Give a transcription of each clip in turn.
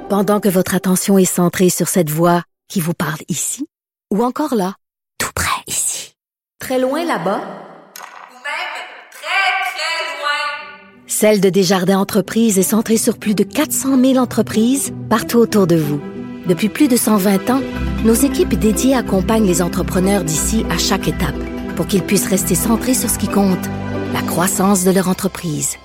Pendant que votre attention est centrée sur cette voix qui vous parle ici, ou encore là, tout près ici, très loin là-bas, ou même très, très loin. Celle de Desjardins Entreprises est centrée sur plus de 400 000 entreprises partout autour de vous. Depuis plus de 120 ans, nos équipes dédiées accompagnent les entrepreneurs d'ici à chaque étape pour qu'ils puissent rester centrés sur ce qui compte, la croissance de leur entreprise.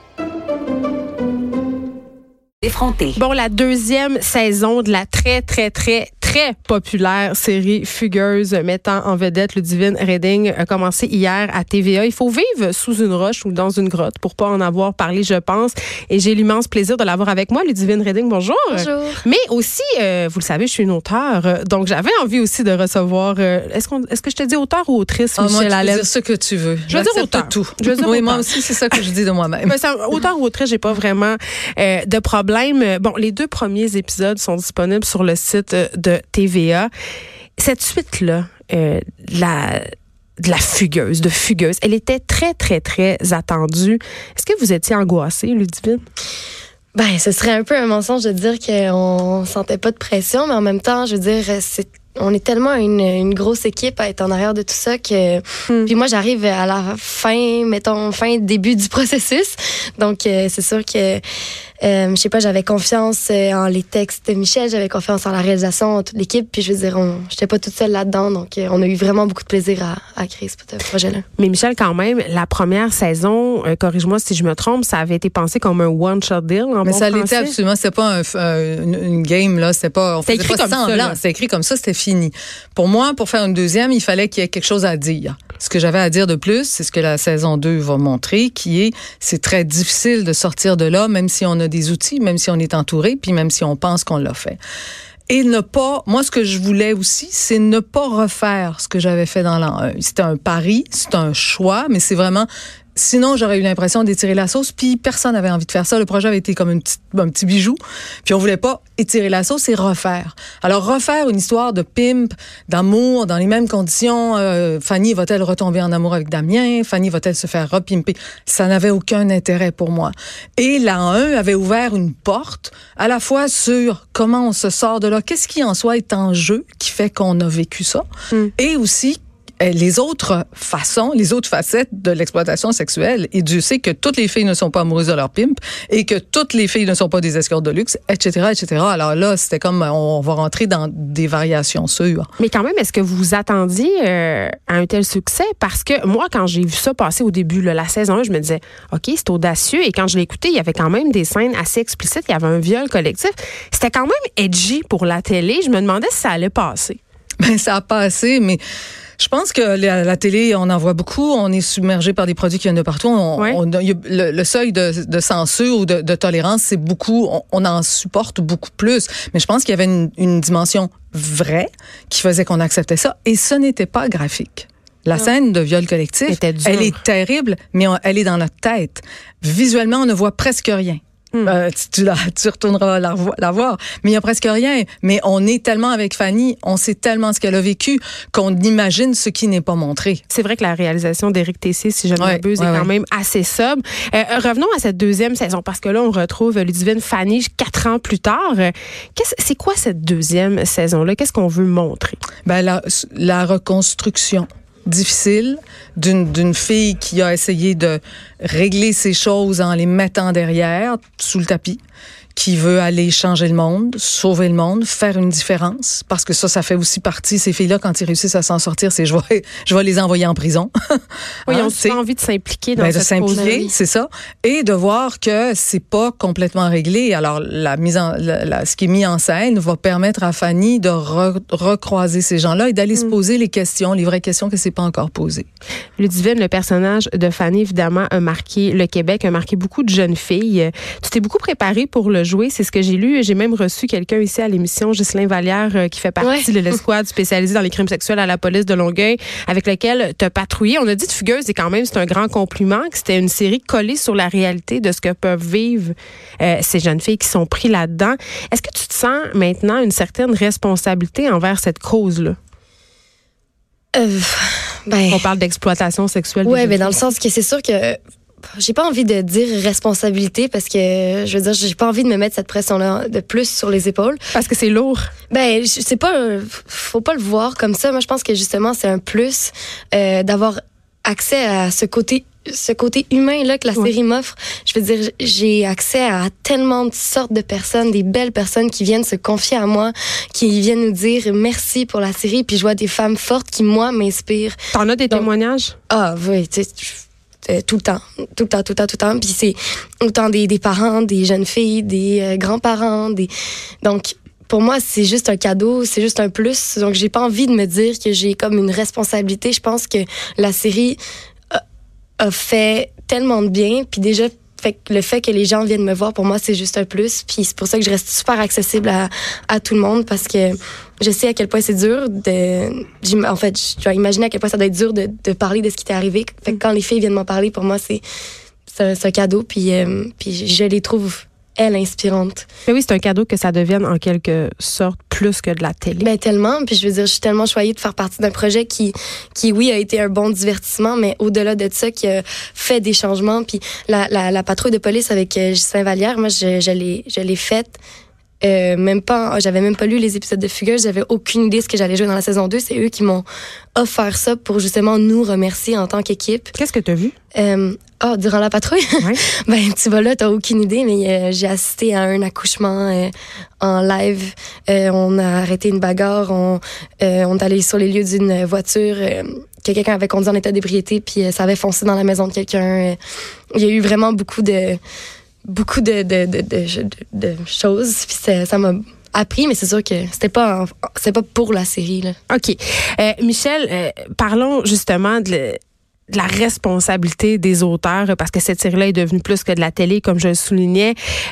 Effronté. Bon, la deuxième saison de la très populaire série Fugueuse mettant en vedette Ludivine Reding a commencé hier à TVA. Il faut vivre sous une roche ou dans une grotte pour pas en avoir parlé, je pense. Et j'ai l'immense plaisir de l'avoir avec moi. Ludivine Reding, bonjour. Bonjour. Mais aussi, vous le savez, je suis une auteure. Donc, j'avais envie aussi de recevoir... Est-ce que je te dis auteur ou autrice, Michel Allais? Moi, tu peux dire ce que tu veux. Je veux dire auteur. Tout. Je veux dire oui, auteur. moi aussi, c'est ça que je dis de moi-même. Mais auteur ou autrice, j'ai pas vraiment de problème. Bon, les 2 premiers épisodes sont disponibles sur le site de TVA. Cette suite-là, de la Fugueuse, elle était très attendue. Est-ce que vous étiez angoissée, Ludivine? Ben, ce serait un peu un mensonge de dire qu'on sentait pas de pression, mais en même temps, je veux dire, on est tellement une grosse équipe à être en arrière de tout ça que... Puis moi, j'arrive à la début du processus. Donc, c'est sûr que, je sais pas, j'avais confiance en les textes de Michel, j'avais confiance en la réalisation, en toute l'équipe. Puis je veux dire, j'étais pas toute seule là-dedans. Donc, on a eu vraiment beaucoup de plaisir à créer ce projet-là. Mais Michel, quand même, la première saison, corrige-moi si je me trompe, ça avait été pensé comme un one-shot deal en Mais bon ça français. l'était absolument. C'était pas une game, là. C'était pas... On faisait écrit pas comme semblant. ça. C'était écrit comme ça, c'était fini. Pour moi, pour faire une deuxième, il fallait qu'il y ait quelque chose à dire. Ce que j'avais à dire de plus, c'est ce que la saison 2 va montrer, c'est très difficile de sortir de là, même si on a des outils, même si on est entouré, puis même si on pense qu'on l'a fait. Et moi, ce que je voulais aussi, c'est ne pas refaire ce que j'avais fait dans l'an 1. C'était un pari, c'est un choix, mais c'est vraiment... Sinon, j'aurais eu l'impression d'étirer la sauce, puis personne n'avait envie de faire ça. Le projet avait été comme un petit bijou, puis on voulait pas étirer la sauce et refaire. Alors, refaire une histoire de pimp, d'amour, dans les mêmes conditions, Fanny va-t-elle retomber en amour avec Damien? Fanny va-t-elle se faire repimper? Ça n'avait aucun intérêt pour moi. Et l'an 1 avait ouvert une porte, à la fois sur comment on se sort de là, qu'est-ce qui en soi est en jeu, qui fait qu'on a vécu ça, et aussi les autres facettes de l'exploitation sexuelle. Et Dieu sait que toutes les filles ne sont pas amoureuses de leur pimp et que toutes les filles ne sont pas des escortes de luxe, etc., etc. Alors là, c'était comme, on va rentrer dans des variations sûres. Mais quand même, est-ce que vous vous attendiez à un tel succès? Parce que moi, quand j'ai vu ça passer au début, là, la saison 1, je me disais, OK, c'est audacieux. Et quand je l'ai écouté, il y avait quand même des scènes assez explicites. Il y avait un viol collectif. C'était quand même edgy pour la télé. Je me demandais si ça allait passer. Ben, ça a passé, mais... Je pense que la télé, on en voit beaucoup. On est submergé par des produits qui viennent de partout. Le seuil de censure ou de tolérance, c'est beaucoup. On en supporte beaucoup plus. Mais je pense qu'il y avait une dimension vraie qui faisait qu'on acceptait ça. Et ce n'était pas graphique. La scène de viol collectif, elle est terrible, mais elle est dans notre tête. Visuellement, on ne voit presque rien. Tu retourneras la voir. Mais il n'y a presque rien. Mais on est tellement avec Fanny, on sait tellement ce qu'elle a vécu qu'on imagine ce qui n'est pas montré. C'est vrai que la réalisation d'Éric Tessier, si je ne m'abuse, est quand même assez sobre. Revenons à cette deuxième saison, parce que là, on retrouve Ludivine Fanny 4 ans plus tard. C'est quoi cette deuxième saison-là? Qu'est-ce qu'on veut montrer? Ben, la reconstruction difficile d'une fille qui a essayé de régler ses choses en les mettant derrière, sous le tapis, qui veut aller changer le monde, sauver le monde, faire une différence, parce que ça fait aussi partie, ces filles-là, quand ils réussissent à s'en sortir, c'est je vais les envoyer en prison. Oui, ils ont envie de s'impliquer dans cette cause-là. C'est ça. Et de voir que c'est pas complètement réglé. Alors, ce qui est mis en scène va permettre à Fanny de recroiser ces gens-là et d'aller se poser les questions, les vraies questions que c'est pas encore posées. Ludivine, le personnage de Fanny, évidemment, a marqué le Québec, a marqué beaucoup de jeunes filles. Tu t'es beaucoup préparée pour le jouer, c'est ce que j'ai lu. J'ai même reçu quelqu'un ici à l'émission, Ghislain Vallière, qui fait partie de l'escouade spécialisée dans les crimes sexuels à la police de Longueuil, avec lequel tu as patrouillé. On a dit de Fugueuse, et quand même, c'est un grand compliment, que c'était une série collée sur la réalité de ce que peuvent vivre ces jeunes filles qui sont pris là-dedans. Est-ce que tu te sens maintenant une certaine responsabilité envers cette cause-là? On parle d'exploitation sexuelle. Oui, mais dans le sens que c'est sûr que j'ai pas envie de dire responsabilité parce que, je veux dire, j'ai pas envie de me mettre cette pression-là de plus sur les épaules. Parce que c'est lourd. Ben, c'est pas, faut pas le voir comme ça. Moi, je pense que justement, c'est un plus d'avoir accès à ce côté humain là que la série m'offre. Je veux dire, j'ai accès à tellement de sortes de personnes, des belles personnes qui viennent se confier à moi, qui viennent nous dire merci pour la série, puis je vois des femmes fortes qui moi m'inspirent. T'en as des témoignages? Ah oui, tu sais, tout le temps. Puis c'est autant des parents, des jeunes filles, des grands-parents, donc pour moi, c'est juste un cadeau, c'est juste un plus. Donc, j'ai pas envie de me dire que j'ai comme une responsabilité. Je pense que la série a fait tellement de bien. Puis déjà, le fait que les gens viennent me voir, pour moi, c'est juste un plus. Puis c'est pour ça que je reste super accessible à tout le monde parce que je sais à quel point c'est dur en fait, je dois imaginer à quel point ça doit être dur de parler de ce qui t'est arrivé. Fait que quand les filles viennent m'en parler, pour moi, c'est un cadeau. Puis je les trouve inspirante. Mais oui, c'est un cadeau que ça devienne en quelque sorte plus que de la télé. Ben tellement, puis je veux dire, je suis tellement choyée de faire partie d'un projet qui oui, a été un bon divertissement, mais au-delà de ça, qui a fait des changements. Puis la patrouille de police avec Ghislain Vallière, moi, je l'ai faite. J'avais même pas lu les épisodes de Fugueuse, j'avais aucune idée de ce que j'allais jouer dans la saison 2. C'est eux qui m'ont offert ça pour justement nous remercier en tant qu'équipe. Qu'est-ce que t'as vu? Durant la patrouille? Ouais. Ben, tu vas là, t'as aucune idée, mais j'ai assisté à un accouchement en live. On a arrêté une bagarre, on est allé sur les lieux d'une voiture que quelqu'un avait conduit en état d'ébriété, puis ça avait foncé dans la maison de quelqu'un. Il y a eu vraiment beaucoup de choses, puis ça m'a appris, mais c'est sûr que c'était pas pour la série là. OK. Michel, parlons justement de la responsabilité des auteurs, parce que cette série-là est devenue plus que de la télé, comme je le soulignais.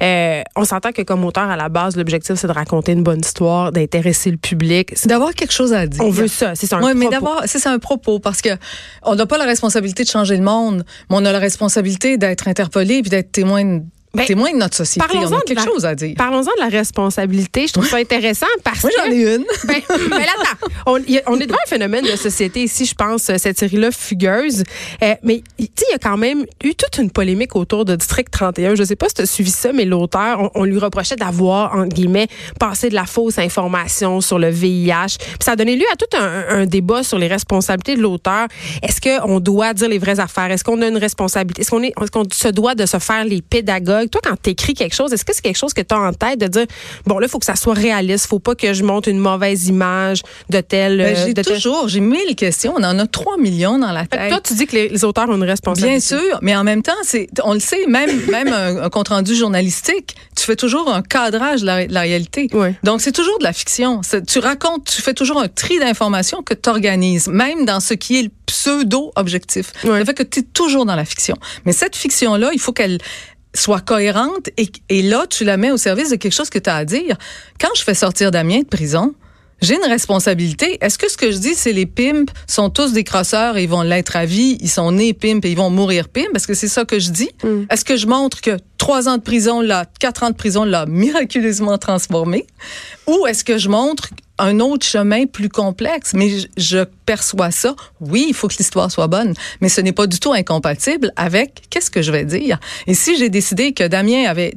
On s'entend que comme auteur, à la base, l'objectif, c'est de raconter une bonne histoire, d'intéresser le public. C'est d'avoir quelque chose à dire. On veut ça, c'est ça, un propos. Oui, mais c'est un propos, parce que on n'a pas la responsabilité de changer le monde, mais on a la responsabilité d'être interpellé puis d'être témoin de notre société. On a quelque chose à dire. Parlons-en de la responsabilité. Je trouve ça intéressant parce Moi, j'en ai une. Mais attends, on est devant un phénomène de société ici, je pense, cette série-là, Fugueuse. Mais tu sais, il y a quand même eu toute une polémique autour de District 31. Je sais pas si tu as suivi ça, mais l'auteur, on lui reprochait d'avoir, entre guillemets, passé de la fausse information sur le VIH. Puis ça a donné lieu à tout un débat sur les responsabilités de l'auteur. Est-ce qu'on doit dire les vraies affaires? Est-ce qu'on a une responsabilité? Est-ce qu'on se doit de se faire les pédagogues? Toi, quand tu écris quelque chose, est-ce que c'est quelque chose que tu as en tête de dire, bon, là, il faut que ça soit réaliste, faut pas que je monte une mauvaise image de tel... J'ai 1000 questions, on en a 3 millions dans la tête. Toi, tu dis que les auteurs ont une responsabilité. Bien sûr, mais en même temps, on le sait, même un compte-rendu journalistique, tu fais toujours un cadrage de la réalité. Oui. Donc, c'est toujours de la fiction. Tu fais toujours un tri d'informations que tu organises, même dans ce qui est le pseudo-objectif. Oui. Ça fait que tu es toujours dans la fiction. Mais cette fiction-là, il faut qu'elle soit cohérente et là, tu la mets au service de quelque chose que tu as à dire. Quand je fais sortir Damien de prison, j'ai une responsabilité. Est-ce que ce que je dis, c'est les pimps sont tous des crosseurs et ils vont l'être à vie, ils sont nés pimps et ils vont mourir pimps? Est-ce que c'est ça que je dis? Est-ce que je montre que 3 ans de prison, 4 ans de prison l'a miraculeusement transformé? Ou est-ce que je montre un autre chemin plus complexe? Mais je perçois ça. Oui, il faut que l'histoire soit bonne, mais ce n'est pas du tout incompatible avec qu'est-ce que je vais dire. Et si j'ai décidé que Damien avait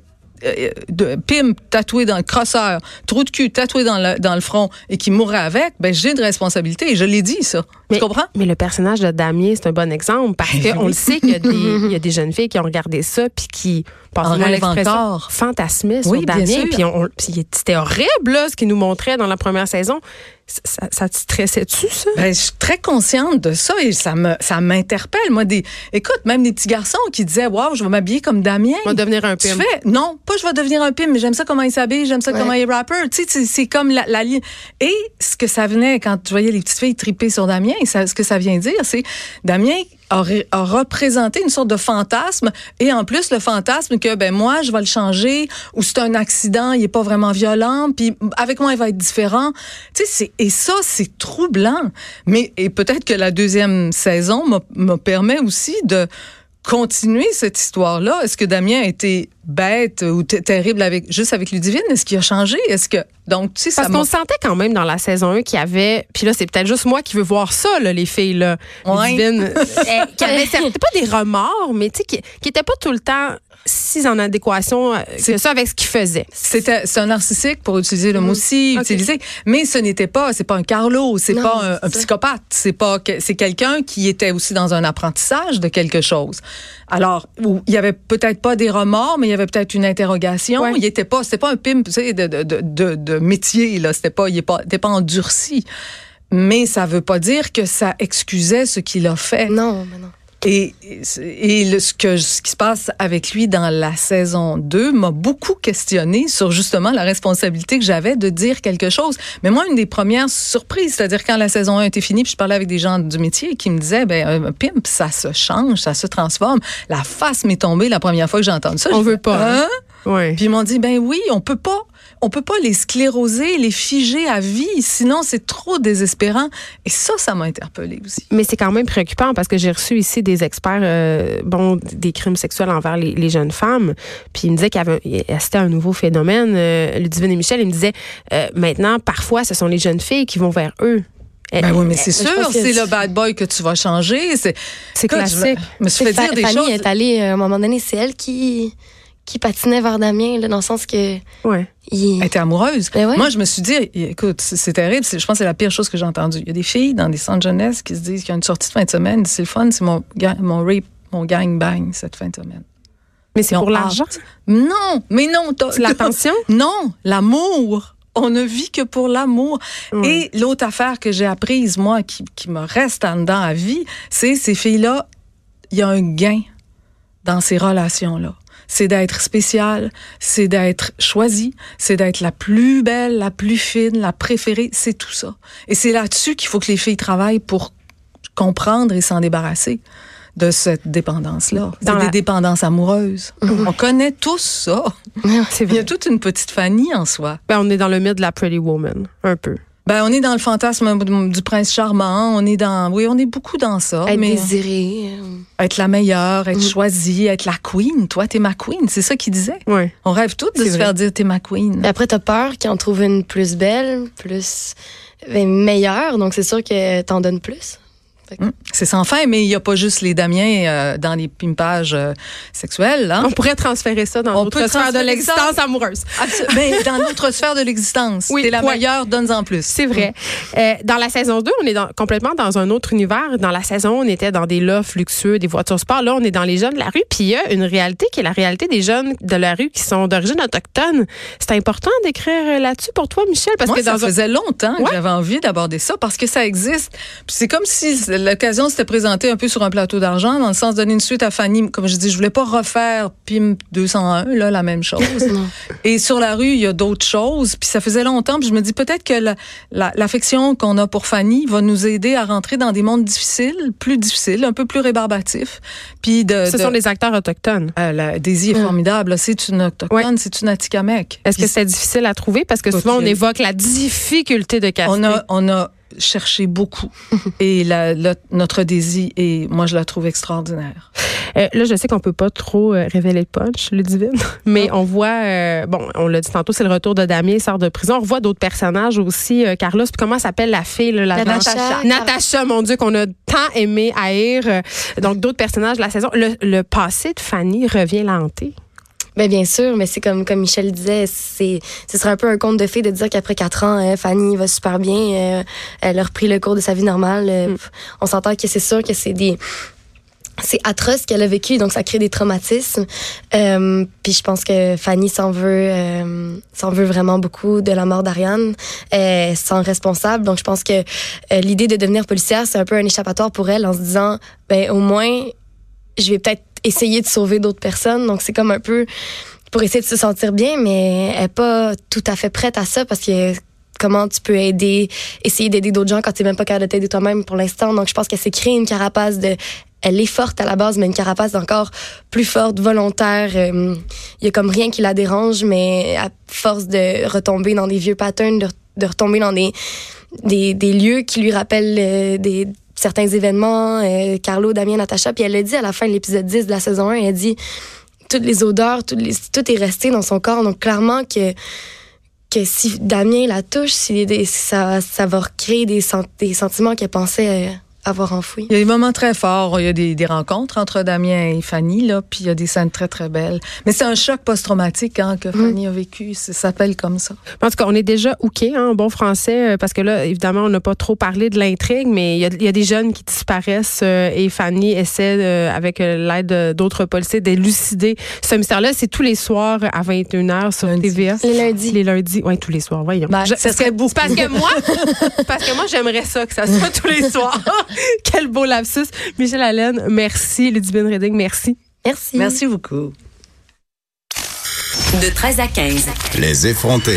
de pimp tatoué dans le crosseur, trou de cul tatoué dans le front et qui mourrait avec, ben j'ai une responsabilité et je l'ai dit ça. Tu comprends? Mais le personnage de Damien, c'est un bon exemple parce qu'on le sait qu'il y a des jeunes filles qui ont regardé ça puis qui passent l'expression fantasmaient sur Damien. Puis c'était horrible là, ce qu'il nous montrait dans la première saison. Ça te stressait-tu, ça? Ben, je suis très consciente de ça et ça m'interpelle. Moi, écoute, même des petits garçons qui disaient, waouh, je vais m'habiller comme Damien. Je vais devenir un pimp. Non, pas je vais devenir un pimp, mais j'aime ça comment il s'habille, j'aime ça comment il est rapper. Tu sais, c'est comme la ligne. Et ce que ça venait quand tu voyais les petites filles triper sur Damien, ce que ça vient dire, c'est Damien a représenté une sorte de fantasme et en plus le fantasme que ben moi je vais le changer ou c'est un accident, il est pas vraiment violent puis avec moi il va être différent. Tu sais ça c'est troublant. Mais et peut-être que la deuxième saison me permet aussi de continuer cette histoire-là? Est-ce que Damien a été bête ou terrible juste avec Ludivine? Est-ce qu'il a changé? Donc, tu sais, parce qu'on sentait quand même dans la saison 1 qu'il y avait, puis là, c'est peut-être juste moi qui veux voir ça, là, les filles, là, Ludivine, qui avait c'était pas des remords, mais tu sais, qui était pas tout le temps si en adéquation que ça avec ce qu'il faisait. C'est un narcissique, pour utiliser le mot aussi utilisé, mais c'est pas un Carlo, c'est pas un psychopathe, c'est quelqu'un qui était aussi dans un apprentissage de quelque chose. Alors, il y avait peut-être pas des remords, mais il y avait peut-être une interrogation. Ouais. C'était pas un pimp, tu sais, de métier, là. Il était pas endurci. Mais ça veut pas dire que ça excusait ce qu'il a fait. Non, mais non. Et ce qui se passe avec lui dans la saison 2 m'a beaucoup questionné sur justement la responsabilité que j'avais de dire quelque chose. Mais moi, une des premières surprises, c'est-à-dire quand la saison 1 était finie, puis je parlais avec des gens du métier qui me disaient, un pimp, ça se change, ça se transforme. La face m'est tombée la première fois que j'ai entendu ça. On veut pas. Hein? Ouais. Puis ils m'ont dit, oui, on peut pas les scléroser, les figer à vie, sinon c'est trop désespérant. Et ça m'a interpellée aussi. Mais c'est quand même préoccupant parce que j'ai reçu ici des experts des crimes sexuels envers les jeunes femmes. Puis ils me disaient c'était un nouveau phénomène. Ludivine et Michel, ils me disaient maintenant, parfois, ce sont les jeunes filles qui vont vers eux. Oui, mais c'est sûr, c'est le bad boy que tu vas changer. C'est classique. Je me suis fait dire des Fanny choses. est allée, à un moment donné, c'est elle qui patinait vers Damien, là, dans le sens que... Ouais. Elle était amoureuse. Ouais. Moi, je me suis dit, écoute, c'est terrible. Je pense que c'est la pire chose que j'ai entendue. Il y a des filles dans des centres jeunesse qui se disent qu'il y a une sortie de fin de semaine. C'est le fun, c'est mon gangbang cette fin de semaine. Mais c'est pour l'argent? Non, mais non. C'est l'attention? Non, l'amour. On ne vit que pour l'amour. Et l'autre affaire que j'ai apprise, moi, qui me reste en dedans à vie, c'est ces filles-là, il y a un gain dans ces relations-là. C'est d'être spéciale, c'est d'être choisie, c'est d'être la plus belle, la plus fine, la préférée, c'est tout ça. Et c'est là-dessus qu'il faut que les filles travaillent pour comprendre et s'en débarrasser de cette dépendance-là. C'est des dépendances amoureuses. On connaît tous ça. Il y a toute une petite Fanny en soi. On est dans le mythe de la Pretty Woman, un peu. On est dans le fantasme du prince charmant. On est beaucoup dans ça. Être désirée. Être la meilleure, être choisie, être la queen. Toi, t'es ma queen. C'est ça qu'il disait. Oui. On rêve toutes de se faire dire t'es ma queen. Mais après, t'as peur qu'il en trouve une plus belle, plus meilleure. Donc, c'est sûr que t'en donnes plus. C'est sans fin, mais il n'y a pas juste les Damiens dans les pimpages sexuels. Hein? On pourrait transférer ça dans notre sphère de l'existence amoureuse. Mais dans notre sphère de l'existence. T'es la meilleure, donne-en plus. C'est vrai. Dans la saison 2, on est complètement dans un autre univers. Dans la saison 1, on était dans des lofts luxueux, des voitures sport. Là, on est dans les jeunes de la rue. Puis il y a une réalité qui est la réalité des jeunes de la rue qui sont d'origine autochtone. C'est important d'écrire là-dessus pour toi, Michel? Parce que ça faisait longtemps que j'avais envie d'aborder ça parce que ça existe. Puis c'est comme si l'occasion s'était présentée un peu sur un plateau d'argent, dans le sens de donner une suite à Fanny. Comme je dis, je voulais pas refaire Pimp 201, là, la même chose. Et sur la rue, il y a d'autres choses. Puis ça faisait longtemps. Puis je me dis peut-être que l'affection qu'on a pour Fanny va nous aider à rentrer dans des mondes difficiles, plus difficiles, un peu plus rébarbatifs. Puis ce sont des acteurs autochtones. Daisy est formidable. C'est une autochtone, c'est une Atikamekw. Est-ce que c'est difficile à trouver? Parce que souvent, on évoque la difficulté de caster. On a cherché beaucoup. Et notre Daisy, et moi, je la trouve extraordinaire. Là, je sais qu'on peut pas trop révéler le punch, Ludivine, mais on voit, on l'a dit tantôt, c'est le retour de Damien, il sort de prison. On revoit d'autres personnages aussi. Carlos, puis comment s'appelle la fille? Natacha, mon Dieu, qu'on a tant aimé haïr. Donc, d'autres personnages de la saison. Le passé de Fanny revient l'hanter. Bien sûr, mais c'est comme Michel disait, ce serait un peu un conte de fées de dire qu'après 4 ans, Fanny va super bien, elle a repris le cours de sa vie normale. On s'entend que c'est sûr que c'est atroce ce qu'elle a vécu, donc ça crée des traumatismes. Puis je pense que Fanny s'en veut vraiment beaucoup de la mort d'Ariane, s'en responsable. Donc je pense que l'idée de devenir policière, c'est un peu un échappatoire pour elle, en se disant, au moins, je vais peut-être essayer de sauver d'autres personnes. Donc, c'est comme un peu pour essayer de se sentir bien, mais elle n'est pas tout à fait prête à ça parce que comment tu peux essayer d'aider d'autres gens quand tu n'es même pas capable de t'aider toi-même pour l'instant. Donc, je pense qu'elle s'est créée une carapace elle est forte à la base, mais une carapace encore plus forte, volontaire. Il y a comme rien qui la dérange, mais à force de retomber dans des vieux patterns, de retomber dans des lieux qui lui rappellent certains événements, Carlo, Damien, Natacha, puis elle l'a dit à la fin de l'épisode 10 de la saison 1, elle dit toutes les odeurs, tout est resté dans son corps, donc clairement que si Damien la touche, ça va recréer des sentiments qu'elle pensait avoir enfouis. Il y a des moments très forts. Il y a des rencontres entre Damien et Fanny, là, puis il y a des scènes très, très belles. Mais c'est un choc post-traumatique que Fanny a vécu. Ça s'appelle comme ça. En tout cas, on est déjà hooké, en bon français, parce que là, évidemment, on n'a pas trop parlé de l'intrigue, mais il y a des jeunes qui disparaissent et Fanny essaie, avec l'aide d'autres policiers, d'élucider ce mystère-là. C'est tous les soirs à 21h sur TVA. Les lundis. Oui, tous les soirs. Voyons. Ça serait beaucoup. Parce que moi, j'aimerais ça, que ça soit tous les soirs. Quel beau lapsus. Michèle Allen, merci. Ludivine Reding, merci. Merci. Merci beaucoup. De 13 à 15. Les effrontés.